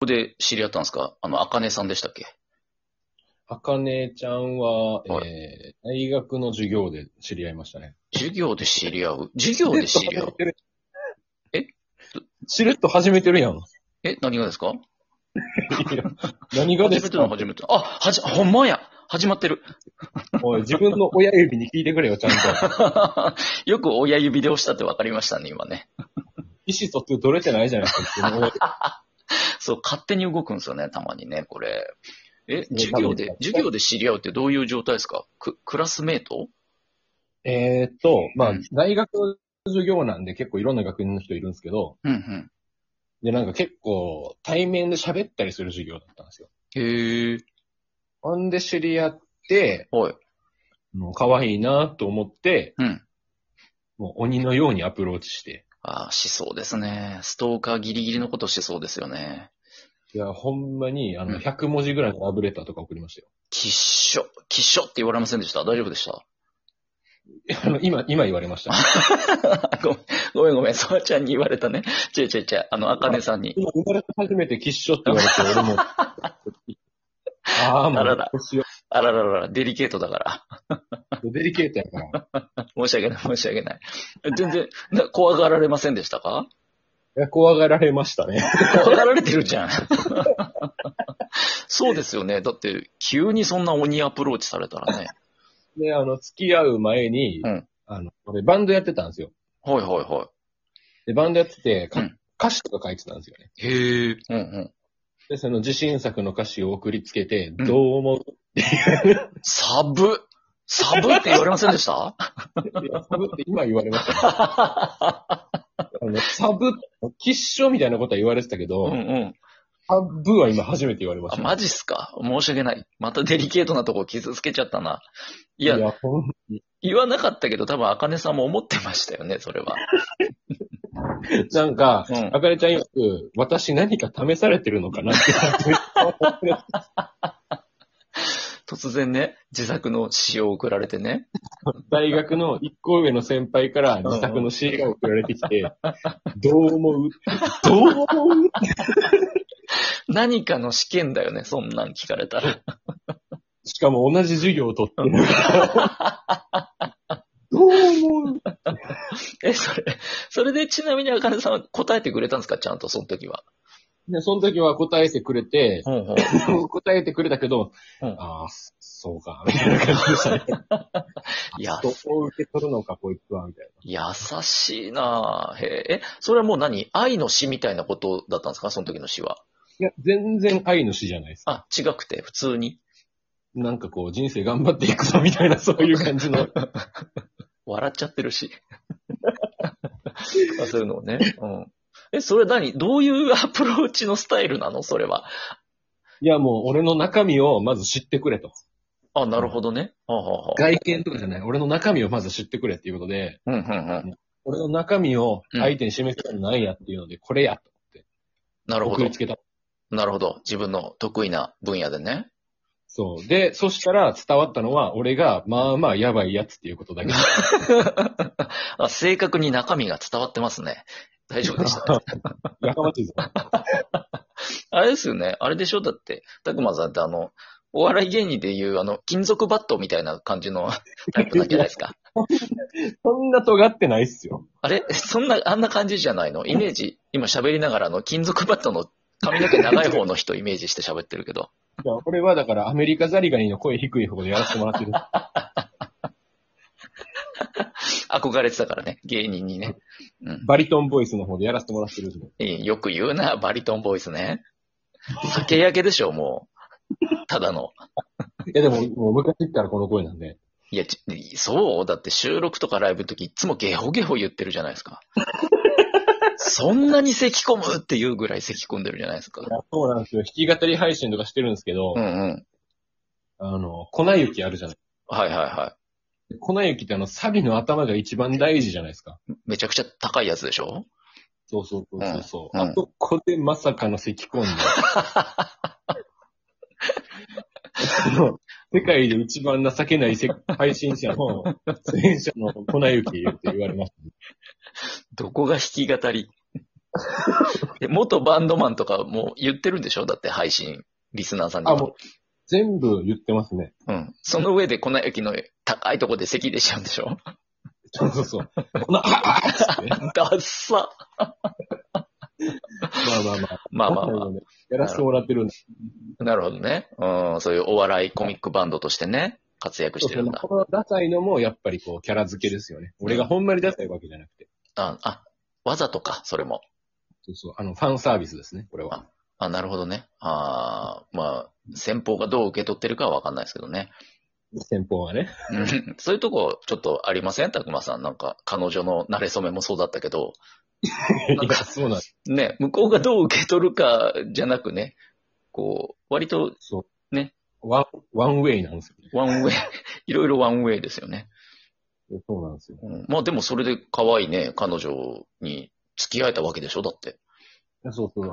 で知り合ったんですか？あかねさんでしたっけ？ あかねちゃんは、 はい。 大学の授業で知り合いましたね。 授業で知り合う授しれっと業で知り合う始めてる。 えどしれっと始めてるやん。 何がですか？ いや、何がで初めてすかって。 の初めての。ほんまや。始まってる。 おい、自分の親指に聞いてくれよ、ちゃんと。 よく親指で押したって分かりましたね、今ね。 意思疎通取れてないじゃないですか、自分の親指。 そう、勝手に動くんですよね、たまにね、これ。 それ多分、 授業で知り合うってどういう状態ですか？クラスメイト？ まあ、 うん。 大学の授業なんで結構いろんな学年の人いるんですけど、 うん、うん。 で、なんか結構対面で喋ったりする授業だったんですよ。 へえ。 ほんで知り合って、 はい。 もう可愛いなと思って、 うん。 もう鬼のようにアプローチして、 しそうですね。ストーカーギリギリのことしそうですよね。 いや、ほんまに、 うん。 100文字ぐらいのラブレターとか送りましたよ。 きっしょって言われませんでした？大丈夫でした？ 今言われましたね。 ごめん。ソワちゃんに言われたね。違う違う違う。あかねさんに。 今生まれて初めてキッショって言われて、俺も、ああ、もう、 あらら。 どうしよあらららら、デリケートだから。 う。デリケートやから。 申し訳ない、申し訳ない。全然、怖がられませんでしたか？ いや、怖がられましたね。 怖がられてるじゃん。そうですよね。だって、急にそんな鬼アプローチされたらね。 で、付き合う前に、 うん。 俺バンドやってたんですよ。 はいはいはで、バンドやってて、 い。うん。 歌詞とか書いてたんですよね。 へえ。うんで、その自信作の歌詞を送りつけて、 うん。うん。 どう思う？ サブって言われませんでした？ いや、サブって今言われましたね。サブ、キッショみたいなことは言われてたけうんうど、 ん。 サブは今初めて言われましたね。 マジっすか？申し訳ない。またデリケートなとこ傷つけちゃったな。いや、 いや、ほん言わなかったけど多分、あかねさんも思ってましたよね、それは。 なんか、 うん。 あかねちゃんよく、私何か試されてるのかなって突然ね、自作の詩を送られてね。 大学の一個上の先輩からうん自作うん。 の詩が送られてきて、どう思う？どう思う？ 何かの試験だよね、そんなん聞かれたら。 しかも同じ授業を取ってうんる。どう思う？ それでちなみにあかねさんは答えてくれたんですか？ちゃんとその時は。 で、その時は答えてくれて、 うんうん。 答えてくれたけど、 うん。 ああ、そうか、みたいな感じでしたね。 やどう受け取るのか、こいつは、みたいな。 優しいなぁ。それはもう愛の詩みたいなことだったんですか？その時の詩は。 いや、全然愛の詩じゃないです。 違くて、普通に。 なんかこう、人生頑張っていくぞ、みたいな、そういう感じの。 笑っちゃってるし。そういうのをね。うん。それどういうアプローチのスタイルなの？それは。 いや、もう、俺の中身をまず知ってくれと。 なるほどね。はあ、はあはあ、 外見とかじゃない。俺の中身をまず知ってくれっていうことで、 うん、うん、うん。 俺の中身をうん。 相手に示せるのなんやっていうので、これやと思ってなるほど。 送りつけた。 なるほど。自分の得意な分野でね。 そう。で、そしたら伝わったのは、俺がまあまあやばいやつっていうことだけ。 正確に中身が伝わってますね。大丈夫でしたね。 やかましいぞ。 あれですよね。あれでしょ？だって、たくまさんってお笑い芸人でいう金属バットみたいな感じのタイプなんじゃないですか。 そんな尖ってないっすよ。 あれあんな感じじゃないの？イメージ、今喋りながら金属バットの髪の毛長い方の人イメージして喋ってるけど。 いや俺はだからアメリカザリガニの声低い方でやらせてもらってる。 憧れてたからね、芸人にね。うん。 バリトンボイスの方でやらせてもらってる。 よく言うな、バリトンボイスね。酒焼けでしょ、もう。ただの。 いやでも、もう昔からこの声なんで。 いや、そうだって収録とかライブの時いつもゲホゲホ言ってるじゃないですか。そんなに咳込むっていうぐらい咳込んでるじゃないですか。 いやそうなんですよ。弾き語り配信とかしてるんですけうんど、 うん。 粉雪あるじゃない。 はいはいは粉雪ってサビの頭が一番大事じゃないですか。 い。めちゃくちゃ高いやつでしょ？ そうそうそううん。 そうそう。 うん。 あそこでまさかの咳込んで、世界で一番情けない配信者の出演者の粉雪って言われました。 どこが弾き語り？ 元バンドマンとかも言ってるんでしょだって配信、リスナーさんには。 もう、全部言ってますね。 うん。その上で粉雪の高いとこで咳出ちゃうんでしょそうそうそう。つって。 ダッサ。 まあ。 まあまあまあ。 やらせてもらってるんで。 なるほどね。うん、そういうお笑いコミックバンドとしてね、活躍してるんだ。 このダサいのもやっぱりこう、キャラ付けですよね。俺がほんまにダサいわけじゃなくて。 わざとか、それも。 そうそう。ファンサービスですね、これは。 なるほどね。まあ、先方がどう受け取ってるかはわかんないですけどね。 先方はね。 うんそういうとこ、ちょっとありませんたくまさん。なんか、彼女の馴れ初めもそうだったけど。 いや、そうなんです。 ね、向こうがどう受け取るかじゃなくね、こう、割と、 そう。 ね。 ワンウェイなんですよね。 ワンウェイ、いろいろワンウェイですよね。 そうなんですよ。 まあでもそれで可愛いね、彼女に付き合えたわけでしょだって。 そうそう、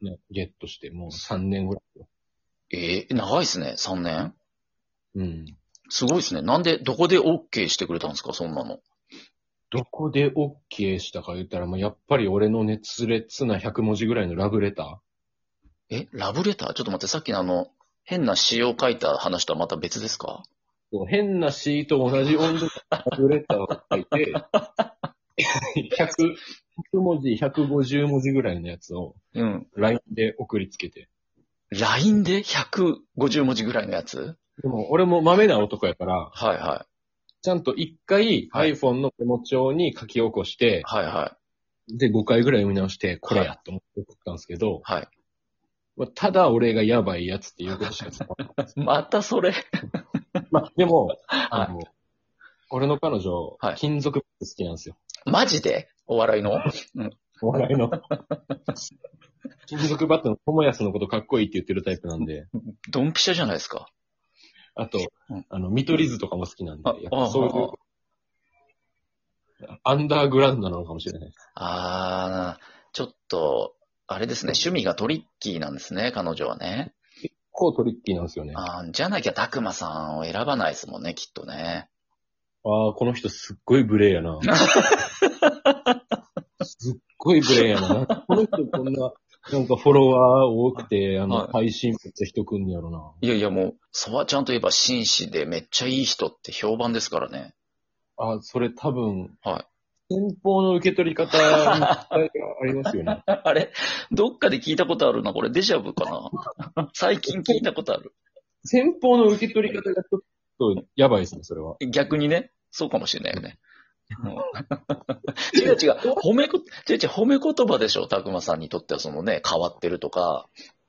ゲットしてもう3年ぐらい。 長いですね、3年。 うん。 すごいですね。なんで、どこで OK してくれたんですか、そんなの。 どこで OK したか言ったら、やっぱり俺の熱烈な100文字ぐらいのラブレタラブレターちょっと待って、さっきの変な詩を書いた話とはまた別ですか？ ー変な詩と同じ音量のラブレターを書いて、100文字、150文字ぐらいのやつを、 うん。 LINE で送りつけて。 LINE で150文字ぐらいのやつ？ でも、俺も豆な男やから、 はいはい。 ちゃんと1回はい iPhone のメモ帳に書き起こして、 はいはで、5回ぐらい読み直して、これやと思って送ったんですけど、 い。はい。 ただ俺がやばいやつっていうことしか伝わらない。 またそれ。 でも、 は俺の彼女、 はい金属バット好きなんですよ。 マジでお笑いのお笑いの。金属バットの友安のことかっこいいって言ってるタイプなんで、 ドンピシャじゃないですか。 あとうん、 見取り図とかも好きなんで、やっぱそういうあ、 アンダーグラウンドなのかもしれない。 ちょっと、あれですね、趣味がトリッキーなんですね、彼女はね。 こうトリッキーなんですよね。 じゃなきゃたくまさんを選ばないですもんね、きっとね。 この人すっごい無礼やな。すっごい無礼やな。この人こんな、なんかフォロワー多くて、 はい配信めっちゃ人来んねやろな。 いやいやもう、ソワちゃんといえば紳士でめっちゃいい人って評判ですからね。 それ多分、 はい。 先方の受け取り方にありますよね。 あれどっかで聞いたことあるな。これデジャブかな最近聞いたことある。 先方の受け取り方がちょっとやばいですね、それは。 逆にね、そうかもしれないよね。違う違う。褒め言葉でしょ、たくまさんにとってはそのね、変わってるとか、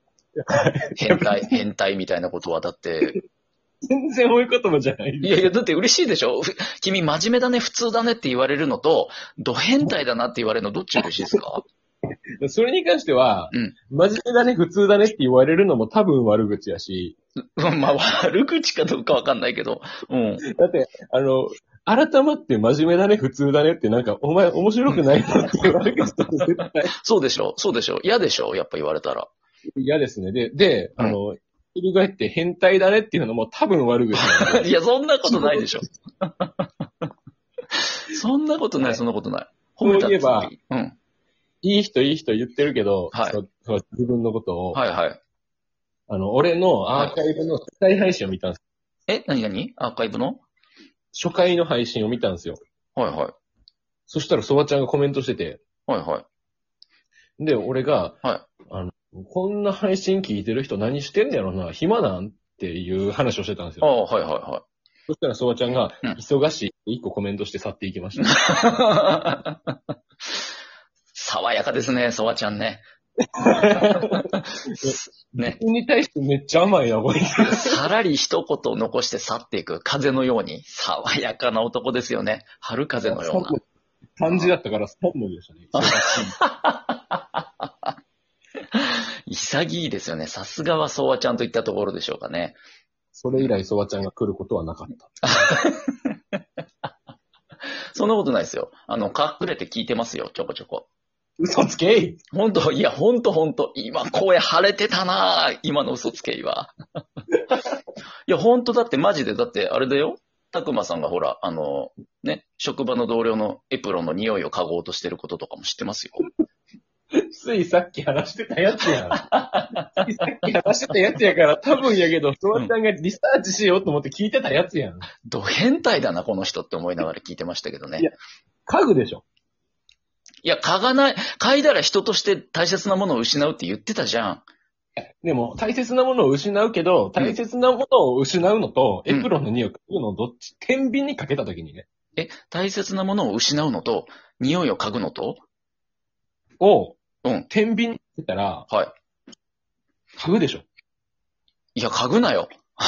変態みたいなことはだって、 全然褒め言葉じゃない。 いやいや、だって嬉しいでしょ君真面目だね、普通だねって言われるのと、ド変態だなって言われるのどっち嬉しいですか？ それに関しては、 うん真面目だね、普通だねって言われるのも多分悪口やし、 まあ、悪口かどうかわかんないけど、うん。 だって、改まって真面目だね、普通だねってなんか、お前面白くないなって言われる人絶対そうでしょ嫌でしょやっぱ言われたら。 嫌ですね。で、翻って変態だねっていうのも多分悪口なんで。 いや、そんなことないでしょ。そんなことない。 そういえば、 うん。 いい人言ってるけど、 はいそう自分のことを、 はいはい。 俺のアーカイブの初回配信を見たんです。 何アーカイブの初回の配信を見たんですよ。 はいはい。 そしたら、そばちゃんがコメントしてて、 はいはい。 で、俺が、 はこんな配信聞いてる人何してんねやろな、暇なんっていう話をしてたんですよ。 はいはそしたら、そばちゃんが、 うん忙しいって一個コメントして去っていきました。 い。爽やかですね、ソワちゃんね。ね。 僕に対してめっちゃ甘いな、こいつ。 さらり一言残して去っていく風のように、爽やかな男ですよね。春風のような。 感じだったから3文字でしたね。 潔いですよね。さすがはソワちゃんといったところでしょうかね。 それ以来、そばちゃんが来ることはなかった。 そんなことないですよ。隠れて聞いてますよ、ちょこちょこ。 嘘つけい本当いや、本当今声晴れてたな今の嘘つけいは。いや、本当だってマジで、だってあれだよ。たくまさんがほら、職場の同僚のエプロンの匂いを嗅ごうとしてることとかも知ってますよ。 ついさっき話してたやつやん。ついさっき話してたやつやから多分やけど、ソワちゃんがリサーチしようと思って聞いてたやつやん。 ド変態だな、この人って思いながら聞いてましたけどね。 いや家具でしょ。 いや、嗅がない、嗅いだら人として大切なものを失うって言ってたじゃん。 でも、大切なものを失うけど、大切なものを失うのと、エプロンの匂いを嗅ぐのどっち、天秤にかけたときにね、 大切なものを失うのと、匂いを嗅ぐのと、 を、 うん。 天秤にかけたら、 はい。 嗅ぐでしょ。 いや、嗅ぐなよ。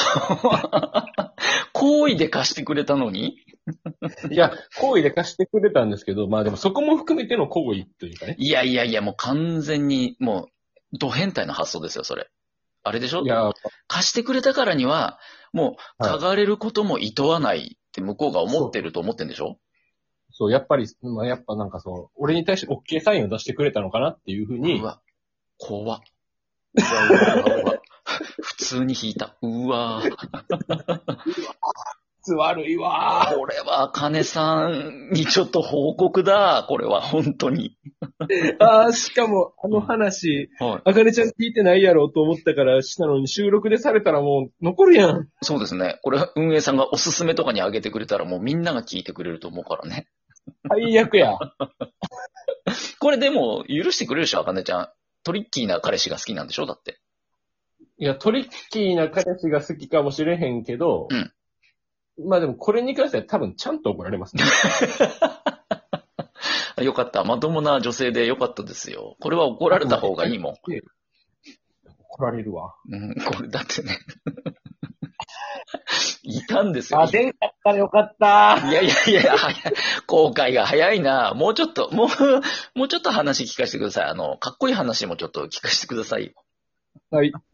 好意で貸してくれたのにいや、行為で貸してくれたんですけど、まあでもそこも含めての行為というかね。 いやいやいや、もう完全に、もう、ド変態な発想ですよ、それ。あれでしょいや、 貸してくれたからには、もう、 はい嗅がれることも厭わないって向こうが思ってると思ってんでしょそう、やっぱり、まあ、やっぱなんかそう、俺に対して OK サインを出してくれたのかなっていうふうにう、わ、怖っ。うわうわうわうわ普通に引いた。うわ悪いわこれは、金さんにちょっと報告だ。これは、本当に。 ああ、しかも、あの話、 はい。 あかねちゃん聞いてないやろうと思ったからしたのに収録でされたらもう残るやん。 そうですね。これ、運営さんがおすすめとかにあげてくれたら、もうみんなが聞いてくれると思うからね。 最悪や。 これでも、許してくれるでしょ、あかねちゃん。トリッキーな彼氏が好きなんでしょだって。 いや、トリッキーな彼氏が好きかもしれへんけど、 うんまあでもこれに関しては多分ちゃんと怒られますね。 よかった。まともな女性でよかったですよ。これは怒られた方がいいもん。 怒られるわ。 うん、これだってね。いたんですよ。 あ、出んかったらよかった。 いやいやいや、後悔が早いな。もうちょっと話聞かせてください。かっこいい話もちょっと聞かせてくださいよ。 はい。